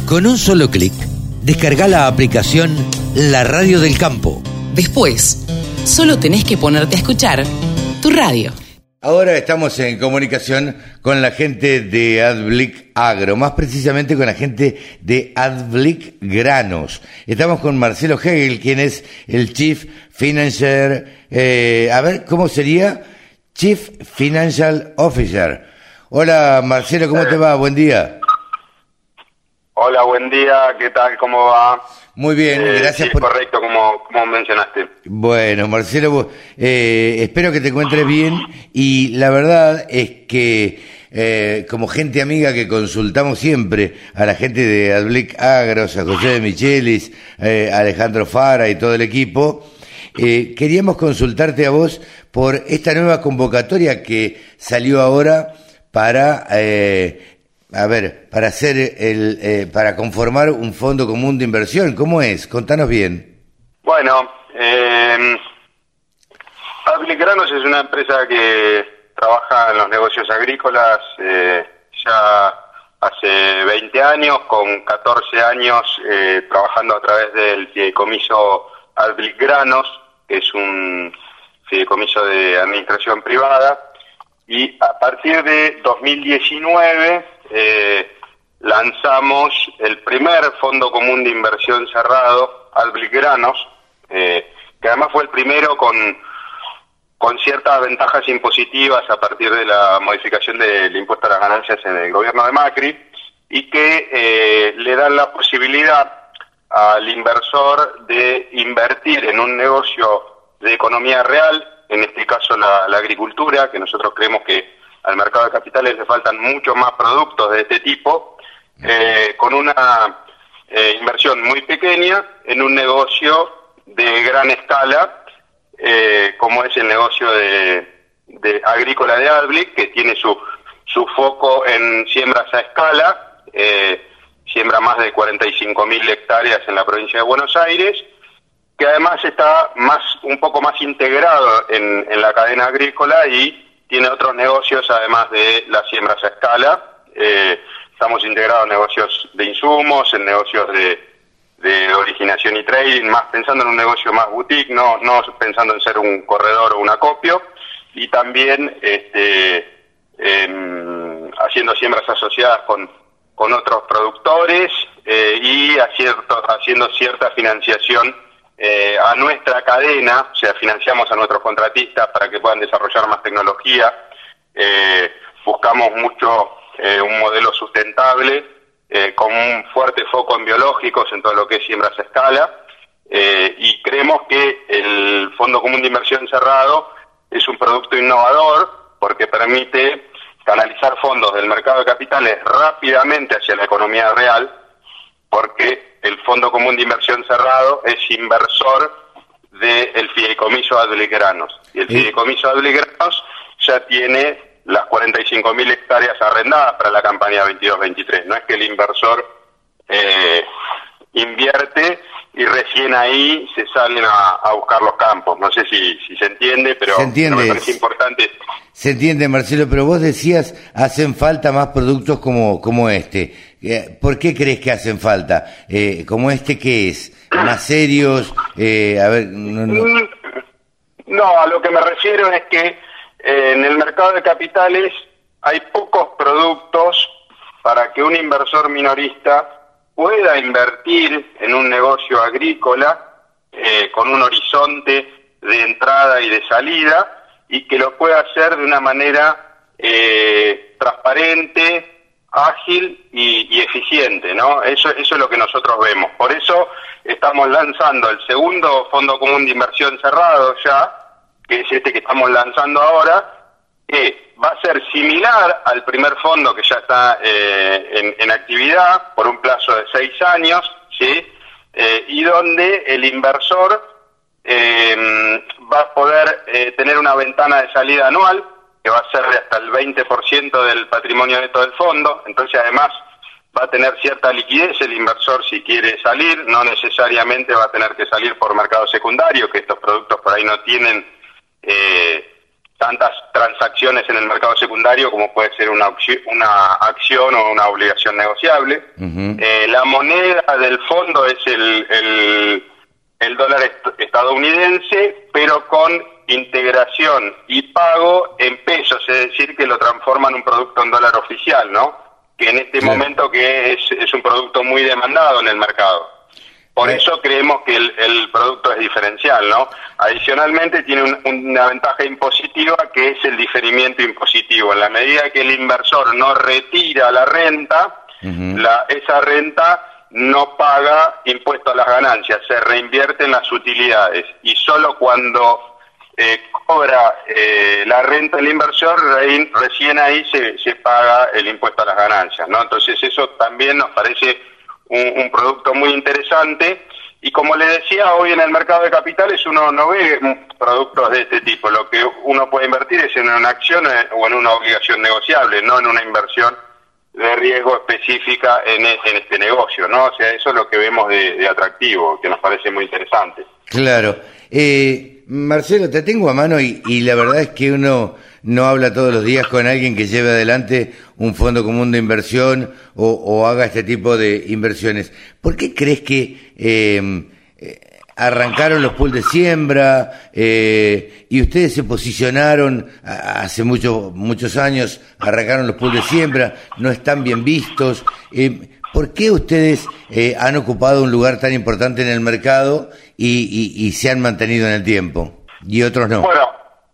Con un solo clic, descarga la aplicación La Radio del Campo. Después, solo tenés que ponerte a escuchar tu radio. Ahora estamos en comunicación con la gente de Adblick Agro, más precisamente con la gente de Adblick Granos. Estamos con Marcelo Hegel, quien es el Chief Financial, ¿cómo sería? Chief Financial Officer. Hola Marcelo, ¿cómo te va? Buen día. Hola, buen día, ¿qué tal? ¿Cómo va? Muy bien, gracias sí, correcto, como mencionaste. Bueno, Marcelo, espero que te encuentres bien y la verdad es que como gente amiga que consultamos siempre a la gente de Adblick Agros, a José de Michelis, Alejandro Fara y todo el equipo, queríamos consultarte a vos por esta nueva convocatoria que salió ahora para para conformar un fondo común de inversión. ¿Cómo es? Contanos bien. Bueno, Adblick Granos es una empresa que trabaja en los negocios agrícolas ya hace 20 años, con 14 años trabajando a través del fideicomiso Adblick Granos, que es un fideicomiso de administración privada, y a partir de 2019 lanzamos el primer fondo común de inversión cerrado, Adblick Granos, que además fue el primero con ciertas ventajas impositivas a partir de la modificación del impuesto a las ganancias en el gobierno de Macri, y que le dan la posibilidad al inversor de invertir en un negocio de economía real, en este caso la agricultura, que nosotros creemos que al mercado de capitales le faltan muchos más productos de este tipo, con una inversión muy pequeña en un negocio de gran escala, como es el negocio de agrícola de Adblick, que tiene su foco en siembras a escala, siembra más de 45.000 hectáreas en la provincia de Buenos Aires, que además está un poco más integrado en la cadena agrícola y tiene otros negocios además de las siembras a escala. Estamos integrados en negocios de insumos, en negocios de originación y trading, más pensando en un negocio más boutique, no pensando en ser un corredor o un acopio, y también haciendo siembras asociadas con otros productores y haciendo cierta financiación a nuestra cadena, o sea, financiamos a nuestros contratistas para que puedan desarrollar más tecnología. Buscamos mucho un modelo sustentable con un fuerte foco en biológicos, en todo lo que es siembras a escala, y creemos que el Fondo Común de Inversión Cerrado es un producto innovador porque permite canalizar fondos del mercado de capitales rápidamente hacia la economía real, porque el Fondo Común de Inversión Cerrado es inversor del fideicomiso Adblick Granos. Y el fideicomiso Adblick Granos ya tiene las 45.000 hectáreas arrendadas para la campaña 22-23. No es que el inversor invierte y recién ahí se salen a buscar los campos. No sé si se entiende, pero me parece importante. Se entiende, Marcelo, pero vos decías, hacen falta más productos como este. ¿Por qué crees que hacen falta? ¿Como este qué es? ¿Más serios? No, a lo que me refiero es que en el mercado de capitales hay pocos productos para que un inversor minorista pueda invertir en un negocio agrícola con un horizonte de entrada y de salida, y que lo pueda hacer de una manera transparente, ágil y eficiente, ¿no? Eso es lo que nosotros vemos. Por eso estamos lanzando el segundo Fondo Común de Inversión Cerrado ya, que es este que estamos lanzando ahora, que va a ser similar al primer fondo que ya está en actividad por un plazo de 6 años, ¿sí? Y donde el inversor va a poder tener una ventana de salida anual que va a ser de hasta el 20% del patrimonio neto del fondo. Entonces además va a tener cierta liquidez el inversor si quiere salir, no necesariamente va a tener que salir por mercado secundario, que estos productos por ahí no tienen tantas transacciones en el mercado secundario como puede ser una acción o una obligación negociable. Uh-huh. La moneda del fondo es el dólar estadounidense, pero con integración y pago en pesos, es decir, que lo transforman un producto en dólar oficial, ¿no? Que en este momento que es un producto muy demandado en el mercado. Por eso creemos que el producto es diferencial, ¿no? Adicionalmente tiene una ventaja impositiva que es el diferimiento impositivo. En la medida que el inversor no retira la renta, uh-huh, esa renta no paga impuesto a las ganancias, se reinvierte en las utilidades. Y solo cuando cobra la renta el inversor, recién ahí se paga el impuesto a las ganancias, ¿no? Entonces eso también nos parece un producto muy interesante, y como le decía, hoy en el mercado de capitales uno no ve productos de este tipo. Lo que uno puede invertir es en una acción o en una obligación negociable, no en una inversión de riesgo específica en este negocio, ¿no? O sea, eso es lo que vemos de atractivo, que nos parece muy interesante. Claro. Marcelo, te tengo a mano y la verdad es que uno no habla todos los días con alguien que lleve adelante un fondo común de inversión o haga este tipo de inversiones. ¿Por qué crees que arrancaron los pools de siembra y ustedes se posicionaron hace muchos años, arrancaron los pools de siembra, no están bien vistos? ¿Por qué ustedes han ocupado un lugar tan importante en el mercado y se han mantenido en el tiempo y otros no? Bueno,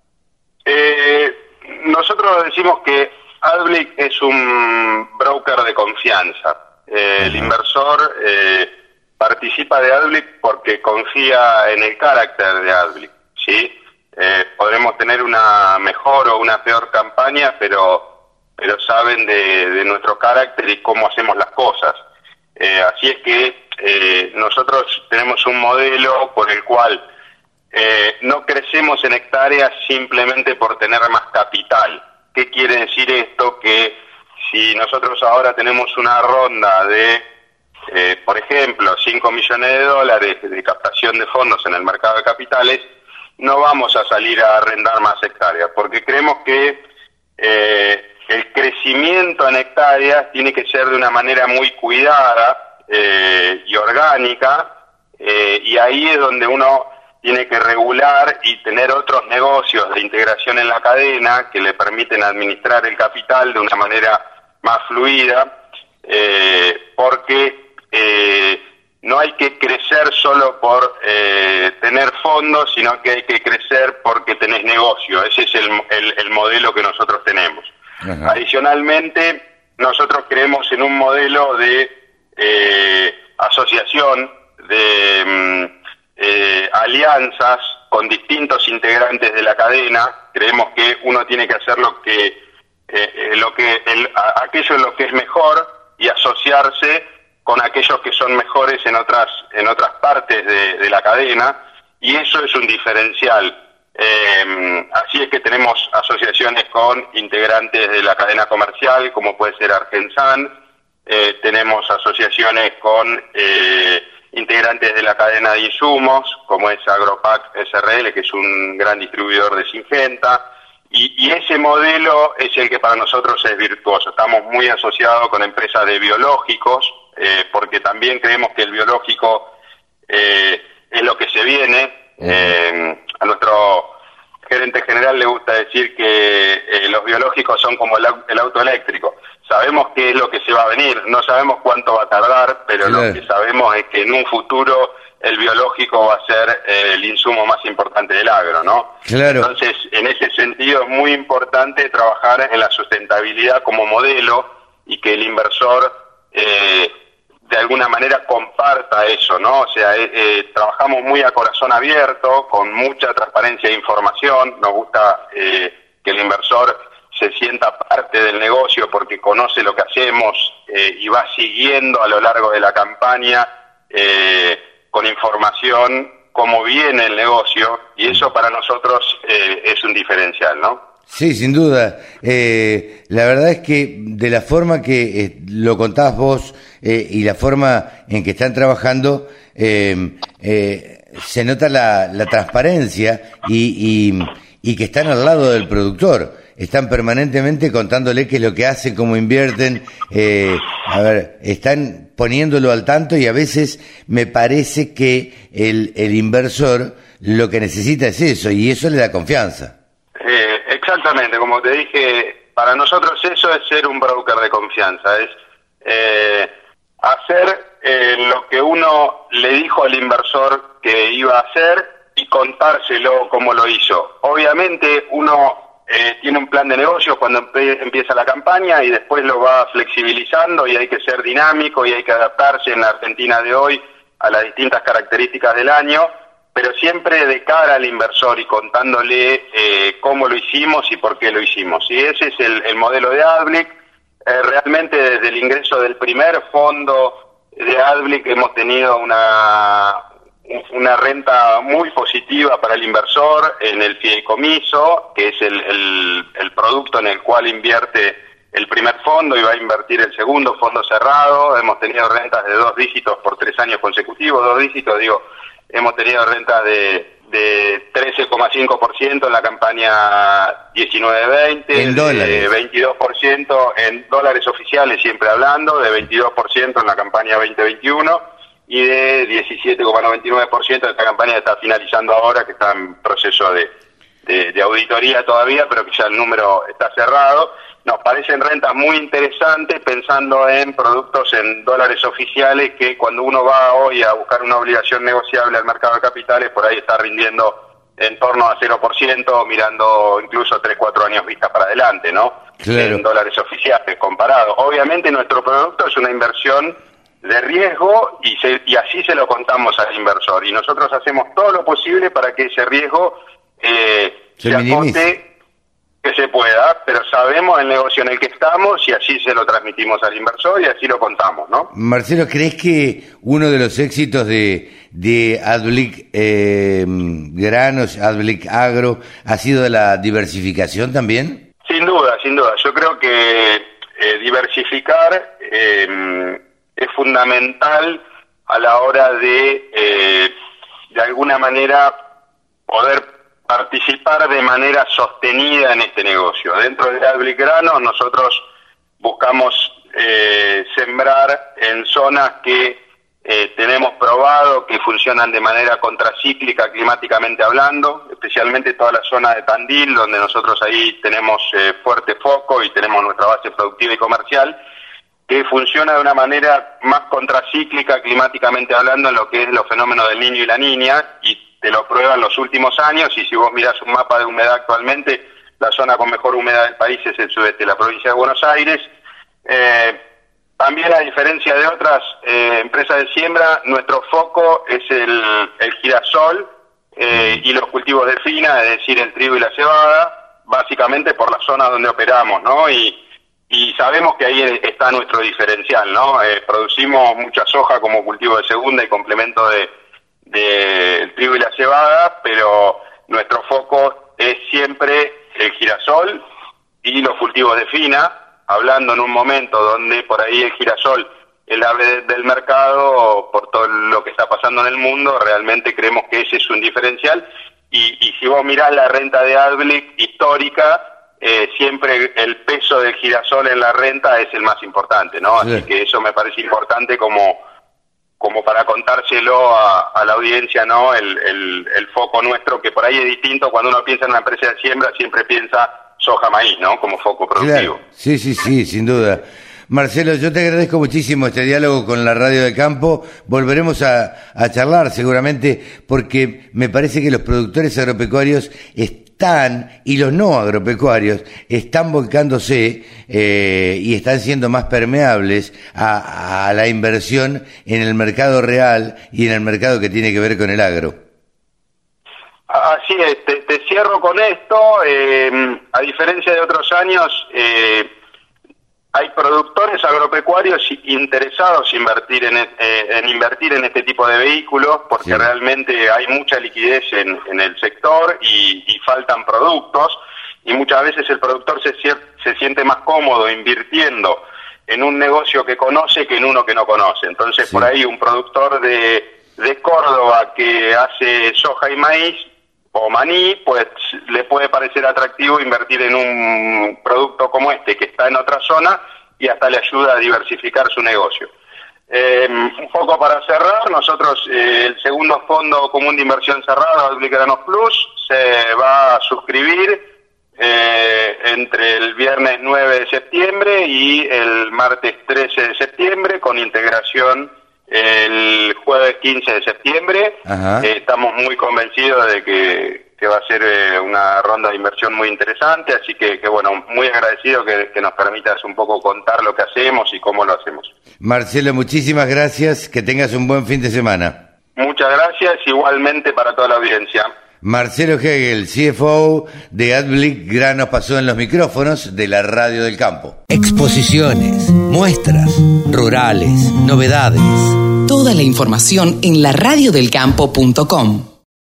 nosotros decimos que Adblick es un broker de confianza. El inversor participa de Adblick porque confía en el carácter de Adblick, ¿sí? Podremos tener una mejor o una peor campaña, pero saben de nuestro carácter y cómo hacemos las cosas. Así es que nosotros tenemos un modelo por el cual no crecemos en hectáreas simplemente por tener más capital. ¿Qué quiere decir esto? Que si nosotros ahora tenemos una ronda de, por ejemplo, 5 millones de dólares de captación de fondos en el mercado de capitales, no vamos a salir a arrendar más hectáreas, porque creemos que el crecimiento en hectáreas tiene que ser de una manera muy cuidada y orgánica, y ahí es donde uno tiene que regular y tener otros negocios de integración en la cadena que le permiten administrar el capital de una manera más fluida, porque no hay que crecer solo por tener fondos, sino que hay que crecer porque tenés negocio. Ese es el modelo que nosotros tenemos. Ajá. Adicionalmente, nosotros creemos en un modelo de asociación, de alianzas con distintos integrantes de la cadena. Creemos que uno tiene que hacer aquello en lo que es mejor y asociarse con aquellos que son mejores en otras partes de la cadena, y eso es un diferencial. Así es que tenemos asociaciones con integrantes de la cadena comercial, como puede ser Argensan, tenemos asociaciones con integrantes de la cadena de insumos, como es Agropac SRL, que es un gran distribuidor de Syngenta, y ese modelo es el que para nosotros es virtuoso. Estamos muy asociados con empresas de biológicos, porque también creemos que el biológico es lo que se viene. A nuestro gerente general le gusta decir que los biológicos son como el auto eléctrico. Sabemos qué es lo que se va a venir, no sabemos cuánto va a tardar, pero claro, lo que sabemos es que en un futuro el biológico va a ser el insumo más importante del agro, ¿no? Claro. Entonces, en ese sentido es muy importante trabajar en la sustentabilidad como modelo y que el inversor de alguna manera comparta eso, ¿no? O sea, trabajamos muy a corazón abierto, con mucha transparencia de información. Nos gusta que el inversor se sienta parte del negocio porque conoce lo que hacemos y va siguiendo a lo largo de la campaña con información cómo viene el negocio, y eso para nosotros es un diferencial, ¿no? Sí, sin duda. La verdad es que de la forma que lo contás vos y la forma en que están trabajando, se nota la transparencia y y que están al lado del productor. Están permanentemente contándole qué es lo que hacen, cómo invierten, están poniéndolo al tanto, y a veces me parece que el inversor lo que necesita es eso, y eso le da confianza. Exactamente, como te dije, para nosotros eso es ser un broker de confianza, es hacer lo que uno le dijo al inversor que iba a hacer y contárselo como lo hizo. Obviamente uno tiene un plan de negocios cuando empieza la campaña y después lo va flexibilizando, y hay que ser dinámico y hay que adaptarse en la Argentina de hoy a las distintas características del año, pero siempre de cara al inversor y contándole cómo lo hicimos y por qué lo hicimos. Y ese es el modelo de Adblick. Realmente desde el ingreso del primer fondo de Adblick hemos tenido una renta muy positiva para el inversor en el fideicomiso, que es el producto en el cual invierte el primer fondo y va a invertir el segundo, fondo cerrado. Hemos tenido rentas de 2 dígitos por 3 años consecutivos. 2 dígitos, hemos tenido rentas de 13,5% en la campaña 19-20, de 22% en dólares oficiales, siempre hablando, de 22% en la campaña 2021 y de 17,99% en esta campaña que está finalizando ahora, que está en proceso de auditoría todavía, pero que ya el número está cerrado. Nos parecen rentas muy interesantes pensando en productos en dólares oficiales, que cuando uno va hoy a buscar una obligación negociable al mercado de capitales, por ahí está rindiendo en torno a 0%, mirando incluso 3-4 años vista para adelante, ¿no? Claro. En dólares oficiales comparado. Obviamente nuestro producto es una inversión de riesgo y así se lo contamos al inversor. Y nosotros hacemos todo lo posible para que ese riesgo se acote que se pueda, pero sabemos el negocio en el que estamos y así se lo transmitimos al inversor y así lo contamos, ¿no? Marcelo, ¿crees que uno de los éxitos de Adblick Granos, Adblick Agro, ha sido la diversificación también? Sin duda, sin duda. Yo creo que diversificar es fundamental a la hora de alguna manera poder participar de manera sostenida en este negocio. Dentro de Adblick Granos nosotros buscamos sembrar en zonas que tenemos probado que funcionan de manera contracíclica climáticamente hablando, especialmente toda la zona de Tandil, donde nosotros ahí tenemos fuerte foco y tenemos nuestra base productiva y comercial, que funciona de una manera más contracíclica climáticamente hablando en lo que es los fenómenos del Niño y la Niña, y te lo prueban los últimos años. Y si vos mirás un mapa de humedad actualmente, la zona con mejor humedad del país es el sudeste de la provincia de Buenos Aires. También, a diferencia de otras empresas de siembra, nuestro foco es el girasol y los cultivos de fina, es decir, el trigo y la cebada, básicamente por las zonas donde operamos, ¿no? Y sabemos que ahí está nuestro diferencial, ¿no? Producimos mucha soja como cultivo de segunda y complemento del trigo y la cebada, pero nuestro foco es siempre el girasol y los cultivos de fina, hablando en un momento donde por ahí el girasol es la ave del mercado por todo lo que está pasando en el mundo. Realmente creemos que ese es un diferencial, y si vos mirás la renta de Adblick histórica, siempre el peso del girasol en la renta es el más importante, ¿no? Sí. Así que eso me parece importante como para contárselo a la audiencia, ¿no? El foco nuestro, que por ahí es distinto. Cuando uno piensa en una empresa de siembra, siempre piensa soja, maíz, ¿no? Como foco productivo. Claro. Sí, sin duda. Marcelo, yo te agradezco muchísimo este diálogo con la Radio del Campo. Volveremos a charlar seguramente, porque me parece que los productores agropecuarios y los no agropecuarios están volcándose y están siendo más permeables a la inversión en el mercado real y en el mercado que tiene que ver con el agro. Así es, te cierro con esto. A diferencia de otros años, hay productores agropecuarios interesados en invertir en este tipo de vehículos, porque sí, realmente hay mucha liquidez en el sector y faltan productos, y muchas veces el productor se siente más cómodo invirtiendo en un negocio que conoce que en uno que no conoce. Entonces, sí, por ahí un productor de Córdoba que hace soja y maíz o maní, pues le puede parecer atractivo invertir en un producto como este que está en otra zona y hasta le ayuda a diversificar su negocio. Un poco para cerrar, nosotros el segundo fondo común de inversión cerrado, AdBlick Granos Plus, se va a suscribir entre el viernes 9 de septiembre y el martes 13 de septiembre, con integración el jueves 15 de septiembre. Estamos muy convencidos de que va a ser una ronda de inversión muy interesante, así que bueno, muy agradecido que nos permitas un poco contar lo que hacemos y cómo lo hacemos. Marcelo, muchísimas gracias, que tengas un buen fin de semana. Muchas gracias, igualmente para toda la audiencia. Marcelo Hegel, CFO de AdBlick Granos, pasó en los micrófonos de la Radio del Campo. Exposiciones, muestras, rurales, novedades. Toda la información en laradiodelcampo.com.